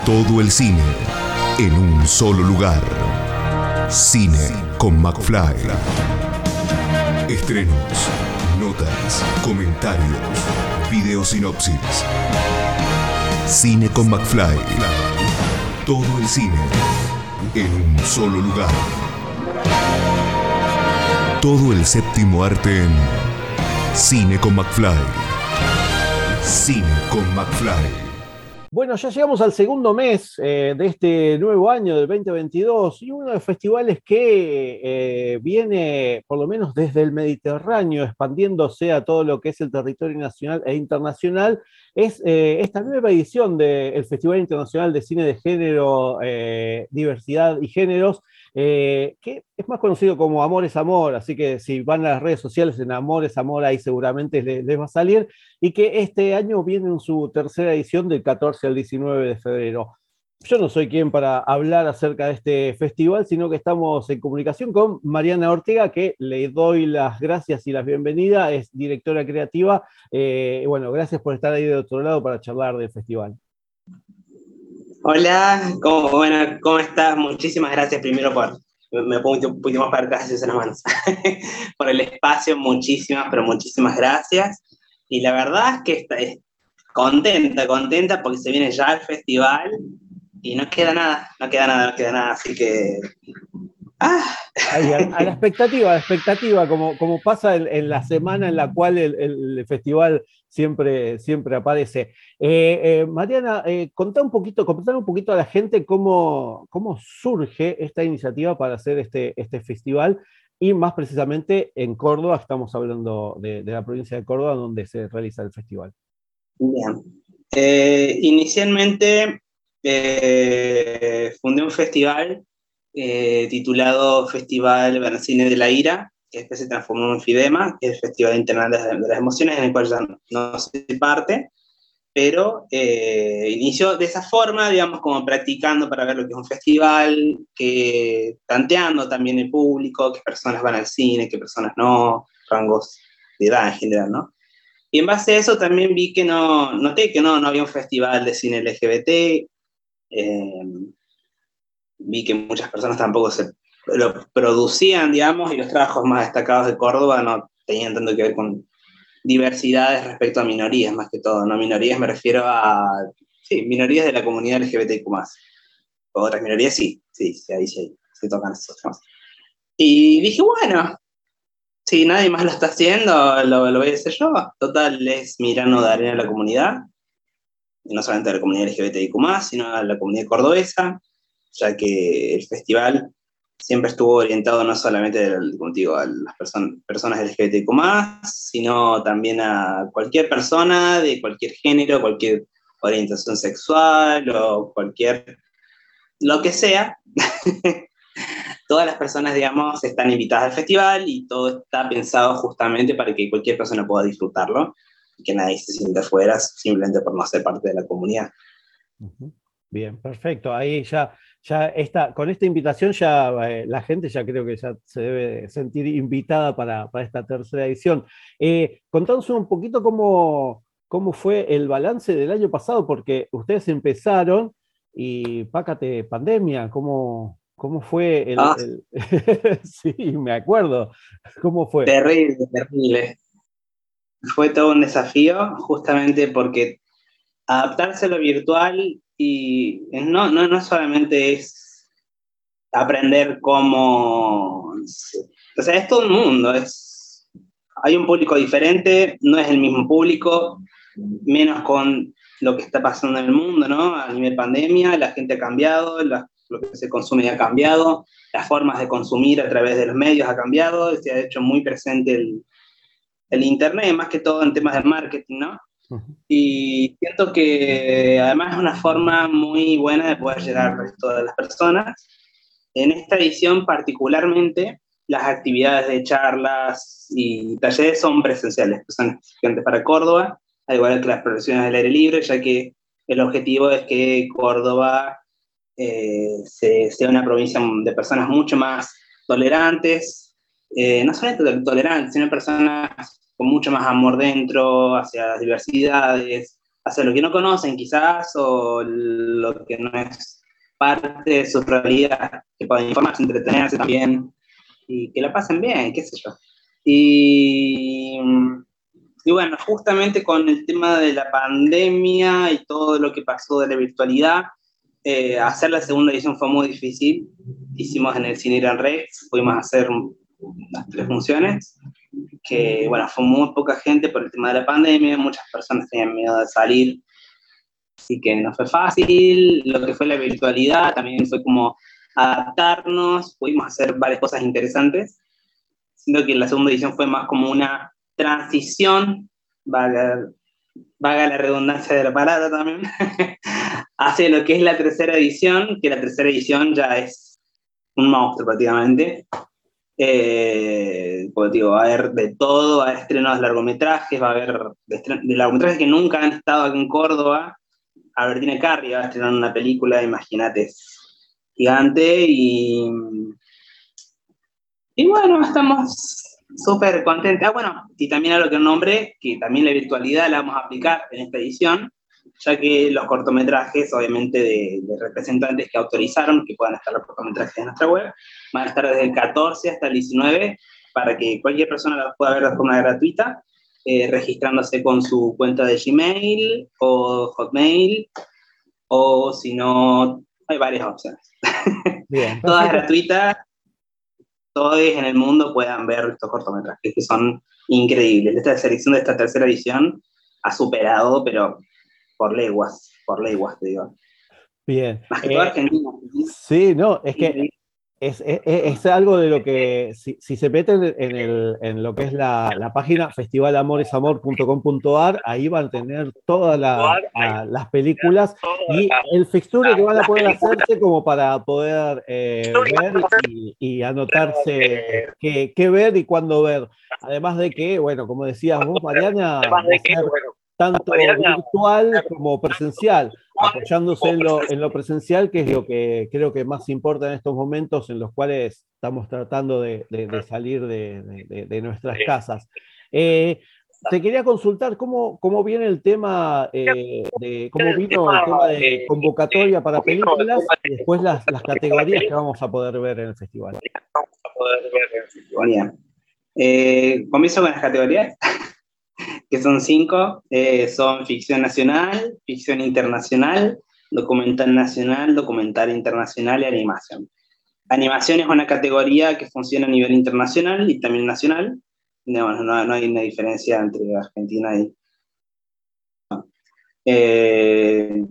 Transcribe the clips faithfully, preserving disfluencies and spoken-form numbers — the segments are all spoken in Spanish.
Todo el cine en un solo lugar. Cine con McFly. Estrenos, notas, comentarios, video sinopsis. Cine con McFly. Todo el cine en un solo lugar. Todo el séptimo arte en Cine con McFly. Cine con McFly. Bueno, ya llegamos al segundo mes eh, de este nuevo año del veinte veintidós y uno de los festivales que eh, viene, por lo menos desde el Mediterráneo, expandiéndose a todo lo que es el territorio nacional e internacional, es eh, esta nueva edición del Festival Internacional de Cine de Género, eh, Diversidad y Géneros, eh, que es más conocido como Amor es Amor, así que si van a las redes sociales en Amor es Amor, ahí seguramente les, les va a salir, y que este año viene en su tercera edición del catorce al diecinueve de febrero. Yo no soy quien para hablar acerca de este festival, sino que estamos en comunicación con Mariana Ortega, que le doy las gracias y las bienvenidas, es directora creativa. Eh, bueno, gracias por estar ahí de otro lado para charlar del festival. Hola, ¿cómo, bueno, ¿cómo estás? Muchísimas gracias primero por, me pongo un poquito más para atrás en las manos, por el espacio, muchísimas, pero muchísimas gracias. Y la verdad es que está, es contenta, contenta porque se viene ya el festival y no queda nada, no queda nada, no queda nada, así que... ¡Ah! Ahí, a, a la expectativa, a la expectativa, como, como pasa en, en la semana en la cual el, el festival siempre, siempre aparece. Eh, eh, Mariana, eh, contá un poquito, contar un poquito a la gente cómo, cómo surge esta iniciativa para hacer este, este festival, y más precisamente en Córdoba, estamos hablando de, de la provincia de Córdoba, donde se realiza el festival. Bien. Eh, inicialmente eh, fundé un festival Eh, titulado Festival Cine de la Ira, que después se transformó en FIDEMA, que es el Festival Internacional de las Emociones, en el cual ya no, no soy parte, pero eh, inició de esa forma, digamos, como practicando para ver lo que es un festival, que tanteando también el público, qué personas van al cine, qué personas no, rangos de edad en general, ¿no? Y en base a eso también vi que no, noté que no, no había un festival de cine L G B T, eh, vi que muchas personas tampoco se lo producían, digamos, y los trabajos más destacados de Córdoba no tenían tanto que ver con diversidades respecto a minorías, más que todo, ¿no? Minorías me refiero a, sí, minorías de la comunidad L G B T Q más. Otras minorías sí, sí, sí, ahí sí, se tocan esos temas. Y dije, bueno, si nadie más lo está haciendo, lo, lo voy a hacer yo. Total, es mi grano de arena a la comunidad, y no solamente a la comunidad L G B T Q más, sino a la comunidad cordobesa, ya que el festival siempre estuvo orientado no solamente, como digo, a las person personas L G B T Q más, sino también a cualquier persona de cualquier género, cualquier orientación sexual o cualquier, lo que sea. Todas las personas, digamos, están invitadas al festival y todo está pensado justamente para que cualquier persona pueda disfrutarlo y que nadie se sienta fuera simplemente por no ser parte de la comunidad. Bien, perfecto. Ahí ya... Ya esta, con esta invitación ya eh, la gente ya creo que ya se debe sentir invitada para, para esta tercera edición. Eh, contanos un poquito cómo, cómo fue el balance del año pasado, porque ustedes empezaron y pácate pandemia, ¿cómo, cómo fue el...? Ah, el... Sí, me acuerdo. ¿Cómo fue? Terrible, terrible. Fue todo un desafío, justamente porque adaptarse a lo virtual y no, no, no solamente es aprender cómo... O sea, es todo un mundo, es, hay un público diferente, no es el mismo público, menos con lo que está pasando en el mundo, ¿no? A nivel pandemia, la gente ha cambiado, la, lo que se consume ha cambiado, las formas de consumir a través de los medios ha cambiado, se ha hecho muy presente el, el internet, más que todo en temas de marketing, ¿no? Y siento que además es una forma muy buena de poder llegar al resto de las personas. En esta edición particularmente, las actividades de charlas y talleres son presenciales, son específicamente para Córdoba, al igual que las profesiones del aire libre, ya que el objetivo es que Córdoba eh, se, sea una provincia de personas mucho más tolerantes, eh, no solamente tolerantes, sino personas con mucho más amor dentro, hacia las diversidades, hacia lo que no conocen quizás, o lo que no es parte de su realidad, que puedan informarse, entretenerse también, y que la pasen bien, qué sé yo. Y, y bueno, justamente con el tema de la pandemia y todo lo que pasó de la virtualidad, eh, hacer la segunda edición fue muy difícil. Hicimos en el Cine Gran Rex, fuimos a hacer las tres funciones, que bueno, fue muy poca gente por el tema de la pandemia, muchas personas tenían miedo de salir, así que no fue fácil. Lo que fue la virtualidad también fue como adaptarnos, pudimos hacer varias cosas interesantes, siendo que la segunda edición fue más como una transición, vaga, vaga la redundancia de la palabra también, hacia lo que es la tercera edición, que la tercera edición ya es un monstruo prácticamente. Eh, pues digo, va a haber de todo, va a haber estrenos de largometrajes, va a haber de, de largometrajes que nunca han estado aquí en Córdoba. Albertina Carri va a estrenar una película, imagínate, gigante, y, y bueno, estamos súper contentos. Ah, bueno, y también a lo que nombré, que también la virtualidad la vamos a aplicar en esta edición, ya que los cortometrajes, obviamente, de, de representantes que autorizaron que puedan estar los cortometrajes en nuestra web, van a estar desde el catorce hasta el diecinueve, para que cualquier persona los pueda ver de forma gratuita, eh, registrándose con su cuenta de Gmail o Hotmail, o si no, hay varias opciones. Bien, todas gratuitas, todos en el mundo puedan ver estos cortometrajes, que son increíbles. Esta selección de esta tercera edición ha superado, pero por leguas, por leguas, te digo. Bien. Más que eh, todo Argentina. Sí, no, es que es, es, es algo de lo que, si, si se meten en, el, en lo que es la, la página festival amores amor punto com punto a r, ahí van a tener todas la, a, las películas y el fixture que van a poder hacerse como para poder eh, ver y, y anotarse qué, qué ver y cuándo ver. Además de que, bueno, como decías vos, Mariana, va a ser tanto virtual como presencial, apoyándose en lo, en lo presencial, que es lo que creo que más importa en estos momentos en los cuales estamos tratando de, de, de salir de, de, de nuestras casas. Eh, te quería consultar cómo, cómo viene el tema, eh, de cómo vino el tema de convocatoria para películas y después las, las categorías que vamos a poder ver en el festival. Bien. Eh, comienzo con las categorías, que son cinco, eh, son ficción nacional, ficción internacional, documental nacional, documental internacional y animación. Animación es una categoría que funciona a nivel internacional y también nacional. No, no, no hay una diferencia entre Argentina y... No. Eh,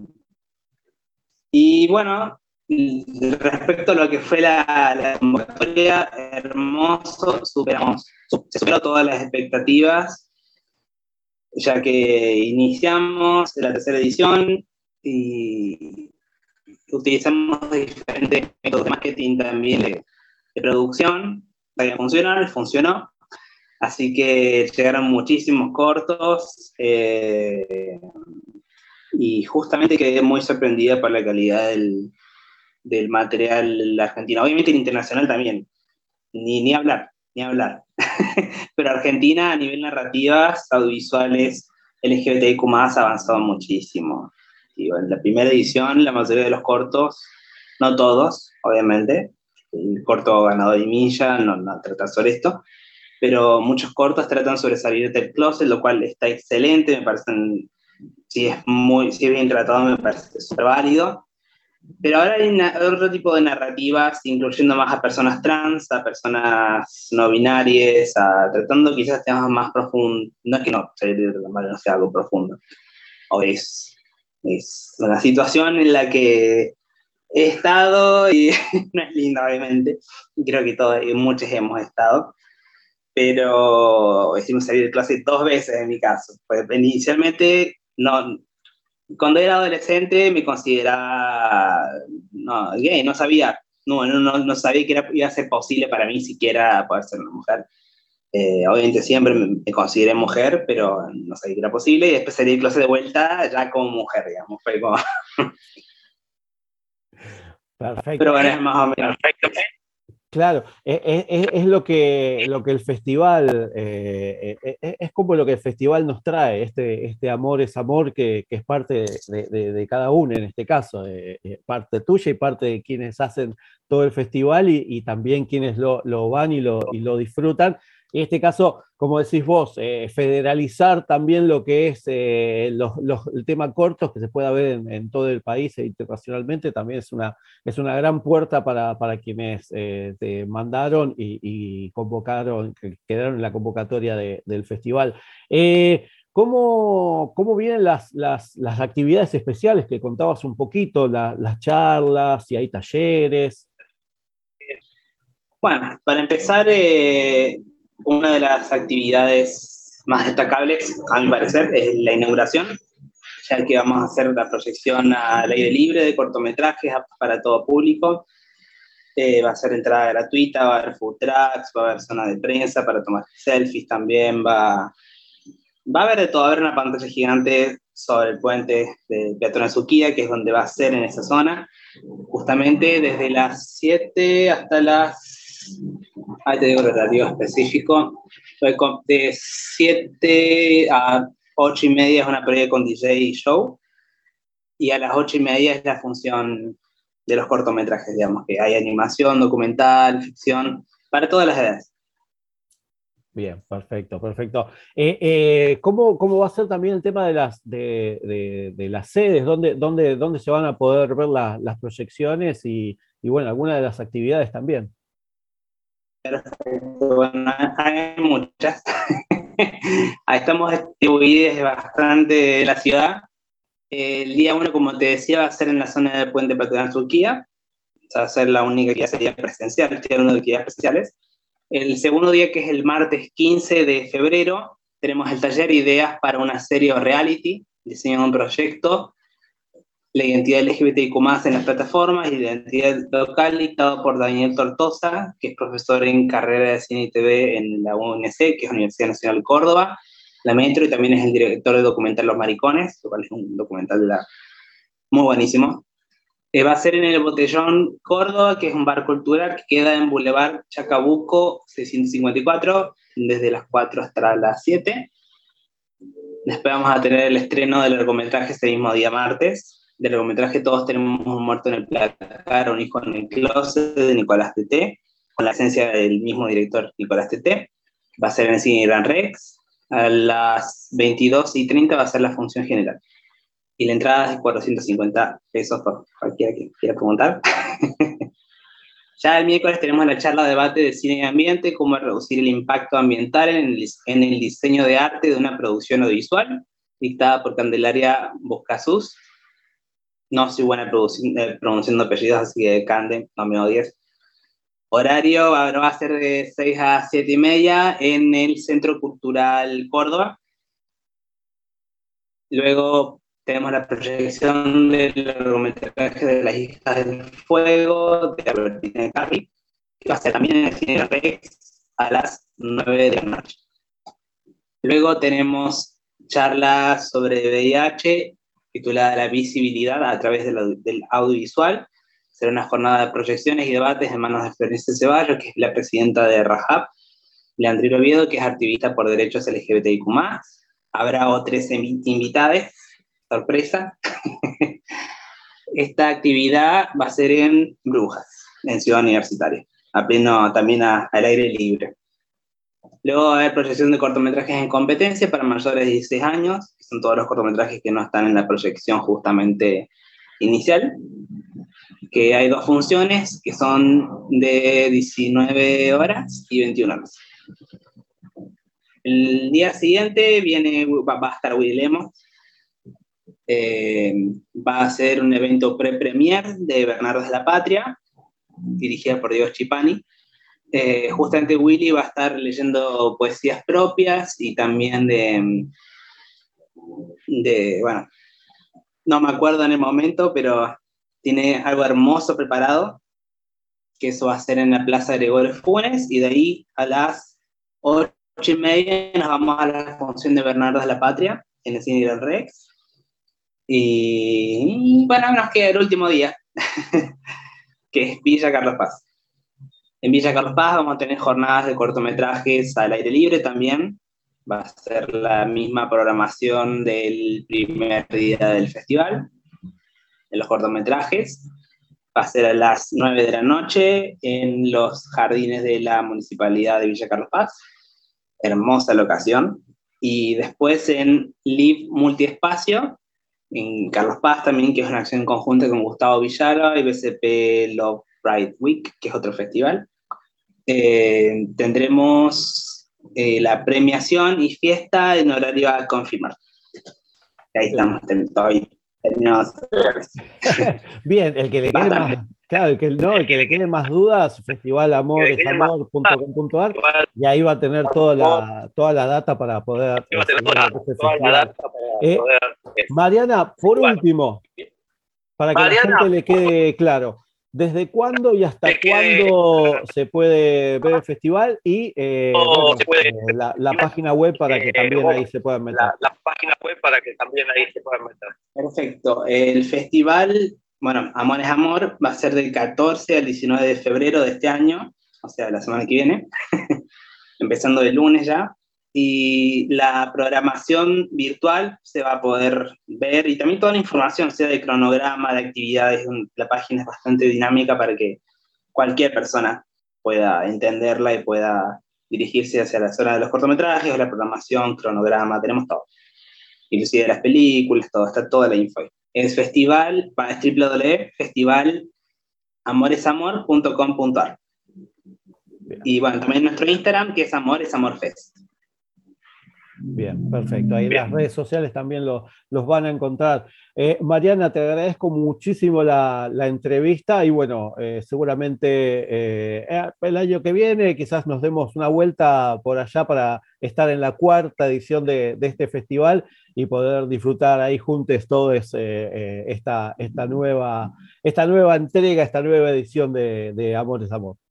y bueno, respecto a lo que fue la, la convocatoria, hermoso, superamos, se superó todas las expectativas, ya que iniciamos la tercera edición y utilizamos diferentes métodos de marketing también, de, de producción, para que funcionara, funcionó. Así que llegaron muchísimos cortos, eh, y justamente quedé muy sorprendida por la calidad del, del material argentino. Obviamente el internacional también, ni, ni hablar, ni hablar. Pero Argentina a nivel narrativas, audiovisuales, L G B T I Q más, ha avanzado muchísimo. Digo, en la primera edición, la mayoría de los cortos, no todos, obviamente, el corto Ganador y Milla no, no trata sobre esto, pero muchos cortos tratan sobre salir del closet, lo cual está excelente, me parecen, si es, muy, si es bien tratado, me parece súper válido. Pero ahora hay una, otro tipo de narrativas, incluyendo más a personas trans, a personas no binarias, a, tratando quizás temas más profundos. No es que no, no sea algo profundo. O es, es una situación en la que he estado y no es linda, obviamente. Creo que todos, muchos hemos estado. Pero hicimos salir de clase dos veces en mi caso. Pues inicialmente no... Cuando era adolescente me consideraba no, gay, no sabía, no, no, no sabía que era, iba a ser posible para mí siquiera poder ser una mujer. Eh, obviamente siempre me, me consideré mujer, pero no sabía que era posible, y después salí de clase de vuelta ya como mujer, digamos, fue como... Perfecto. Pero bueno, es más o menos. Claro, es, es- es lo que, lo que el festival, eh, eh, eh, es como lo que el festival nos trae, este, este amor es amor que, que es parte de, de- de cada uno en este caso, eh, eh, parte tuya y parte de quienes hacen todo el festival y, y también quienes lo, lo van y lo, y lo disfrutan. En este caso, como decís vos, eh, federalizar también lo que es eh, los, los- el tema cortos que se pueda ver en, en todo el país e internacionalmente también es una es una gran puerta para, para quienes eh, te mandaron y, y convocaron, que quedaron en la convocatoria de- del festival. Eh, ¿cómo, cómo vienen las, las, las actividades especiales que contabas un poquito, la- las charlas, si hay talleres? Bueno, para empezar, eh, una de las actividades más destacables, a mi parecer, es la inauguración, ya que vamos a hacer la proyección al aire libre de cortometrajes para todo público. Eh, va a ser entrada gratuita, va a haber food trucks, va a haber zona de prensa para tomar selfies también, va, va a haber de todo, va a haber una pantalla gigante sobre el puente de Peatón Suquía, que es donde va a ser en esa zona, justamente desde las siete hasta las, ahí te digo el horario específico, de siete a ocho y media es una previa con D J y show, y a las ocho y media es la función de los cortometrajes, digamos, que hay animación, documental, ficción, para todas las edades. Bien, perfecto, perfecto. Eh, eh, ¿cómo, cómo va a ser también el tema de las, de, de- de las sedes? ¿Dónde, dónde, dónde se van a poder ver la- las proyecciones y, y, bueno, algunas de las actividades también? Bueno, hay muchas. Ahí estamos distribuidos bastante de la ciudad. El día uno, como te decía, va a ser en la zona del puente Peatonal Surquía. Va a ser la única que sería presencial, estoy hablando de actividades presenciales. El segundo día, que es el martes quince de febrero, tenemos el taller Ideas para una serie o reality, diseño de un proyecto, la identidad L G B T I Q más en las plataformas y la identidad local, dictado por Daniel Tortosa, que es profesor en carrera de cine y T V en la U N C, que es Universidad Nacional de Córdoba, la Metro, y también es el director del documental Los Maricones, lo cual es un documental de la, muy buenísimo. Eh, va a ser en el Botellón Córdoba, que es un bar cultural que queda en Boulevard Chacabuco seiscientos cincuenta y cuatro, desde las cuatro hasta las siete. Después vamos a tener el estreno del largometraje ese mismo día martes. Del largometraje Todos tenemos un muerto en el placar, un hijo en el closet, de Nicolás Teté, con la esencia del mismo director Nicolás Teté. Va a ser en el Cine Gran Rex. A las veintidós y treinta va a ser la función general. Y la entrada es de cuatrocientos cincuenta pesos por cualquiera que quiera preguntar. Ya el miércoles tenemos la charla de debate de cine y ambiente, cómo reducir el impacto ambiental en el, en el diseño de arte de una producción audiovisual, dictada por Candelaria Boscasus. No soy buena eh, pronunciando apellidos, así que Cande, no me odies. Horario va, va a ser de seis a siete y media en el Centro Cultural Córdoba. Luego tenemos la proyección del largometraje de Las Hijas del Fuego, de Albertina Carri, que va a ser también en el Cine Rex a las nueve de la noche. Luego tenemos charlas sobre V I H, titulada La visibilidad a través de lo, del audiovisual. Será una jornada de proyecciones y debates en manos de Florencia Ceballos, que es la presidenta de Rahab, Leandrino Oviedo, que es activista por derechos L G B T I Q más. Habrá otros invitados, sorpresa. Esta actividad va a ser en Brujas, en Ciudad Universitaria, a pleno, también a, al aire libre. Luego va a haber proyección de cortometrajes en competencia para mayores de dieciséis años, que son todos los cortometrajes que no están en la proyección justamente inicial, que hay dos funciones, que son de diecinueve horas y veintiuna horas. El día siguiente viene, va, va a estar Willy Lemos, eh, va a ser un evento pre-premier de Bernardos de la Patria, dirigida por Diego Chipani. Eh, justamente Willy va a estar leyendo poesías propias y también de, de, bueno, no me acuerdo en el momento, pero tiene algo hermoso preparado, que eso va a ser en la Plaza Gregorio Funes, y de ahí a las ocho y media nos vamos a la función de Bernardos de la Patria, en el Cine del Rex. Y bueno, nos queda el último día, que es Villa Carlos Paz. En Villa Carlos Paz vamos a tener jornadas de cortometrajes al aire libre también. Va a ser la misma programación del primer día del festival, en los cortometrajes. Va a ser a las nueve de la noche en los jardines de la Municipalidad de Villa Carlos Paz. Hermosa locación. Y después en Live Multiespacio, en Carlos Paz también, que es una acción conjunta con Gustavo Villara y B C P Love Pride Week, que es otro festival. Eh, tendremos eh, la premiación y fiesta en horario a confirmar. Ahí estamos, estoy terminados. Bien, el que le quede más, claro, el que, no, el que le quede más dudas, festival amor es amor punto com punto a r, y ahí va a tener toda la, toda la data para poder. Eh, Mariana, por último, para que Mariana, la gente le quede claro, ¿desde cuándo y hasta cuándo se puede ver el festival? Y eh, bueno, eh, la, la página web para que también ahí se puedan meter. La, la página web para que también ahí se puedan meter. Perfecto. El festival, bueno, Amor es Amor, va a ser del catorce al diecinueve de febrero de este año, o sea, la semana que viene, empezando el lunes ya. Y la programación virtual se va a poder ver, y también toda la información, sea de cronograma, de actividades. La página es bastante dinámica para que cualquier persona pueda entenderla y pueda dirigirse hacia la zona de los cortometrajes, o la programación, cronograma, tenemos todo. Inclusive las películas, todo, está toda la info. Es festival, es doble u doble u doble u punto festival amoresamor punto com punto a r. Y bueno, también nuestro Instagram, que es Amor es Amor Fest. Bien, perfecto. Ahí en las redes sociales también lo, los van a encontrar. Eh, Mariana, te agradezco muchísimo la, la entrevista y bueno, eh, seguramente eh, el año que viene quizás nos demos una vuelta por allá para estar en la cuarta edición de, de este festival y poder disfrutar ahí juntos todos eh, eh, esta, esta, nueva, esta nueva entrega, esta nueva edición de, de Amor es Amor.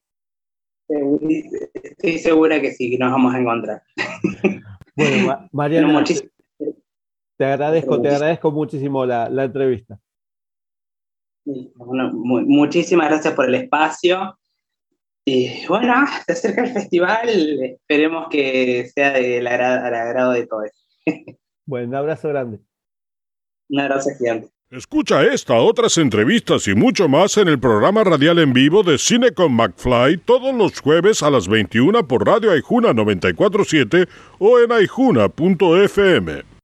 Estoy segura que sí, que nos vamos a encontrar. Bueno, Mariana, no, te, te agradezco, te agradezco muchísimo la, la entrevista. Bueno, mu muchísimas gracias por el espacio. Y bueno, se acerca el festival, esperemos que sea del agrado, al agrado de todos. Bueno, un abrazo grande. Un abrazo gigante. Escucha esta, otras entrevistas y mucho más en el programa radial en vivo de Cine con McFly todos los jueves a las veintiuna por Radio Aijuna noventa y cuatro punto siete o en aijuna punto f m.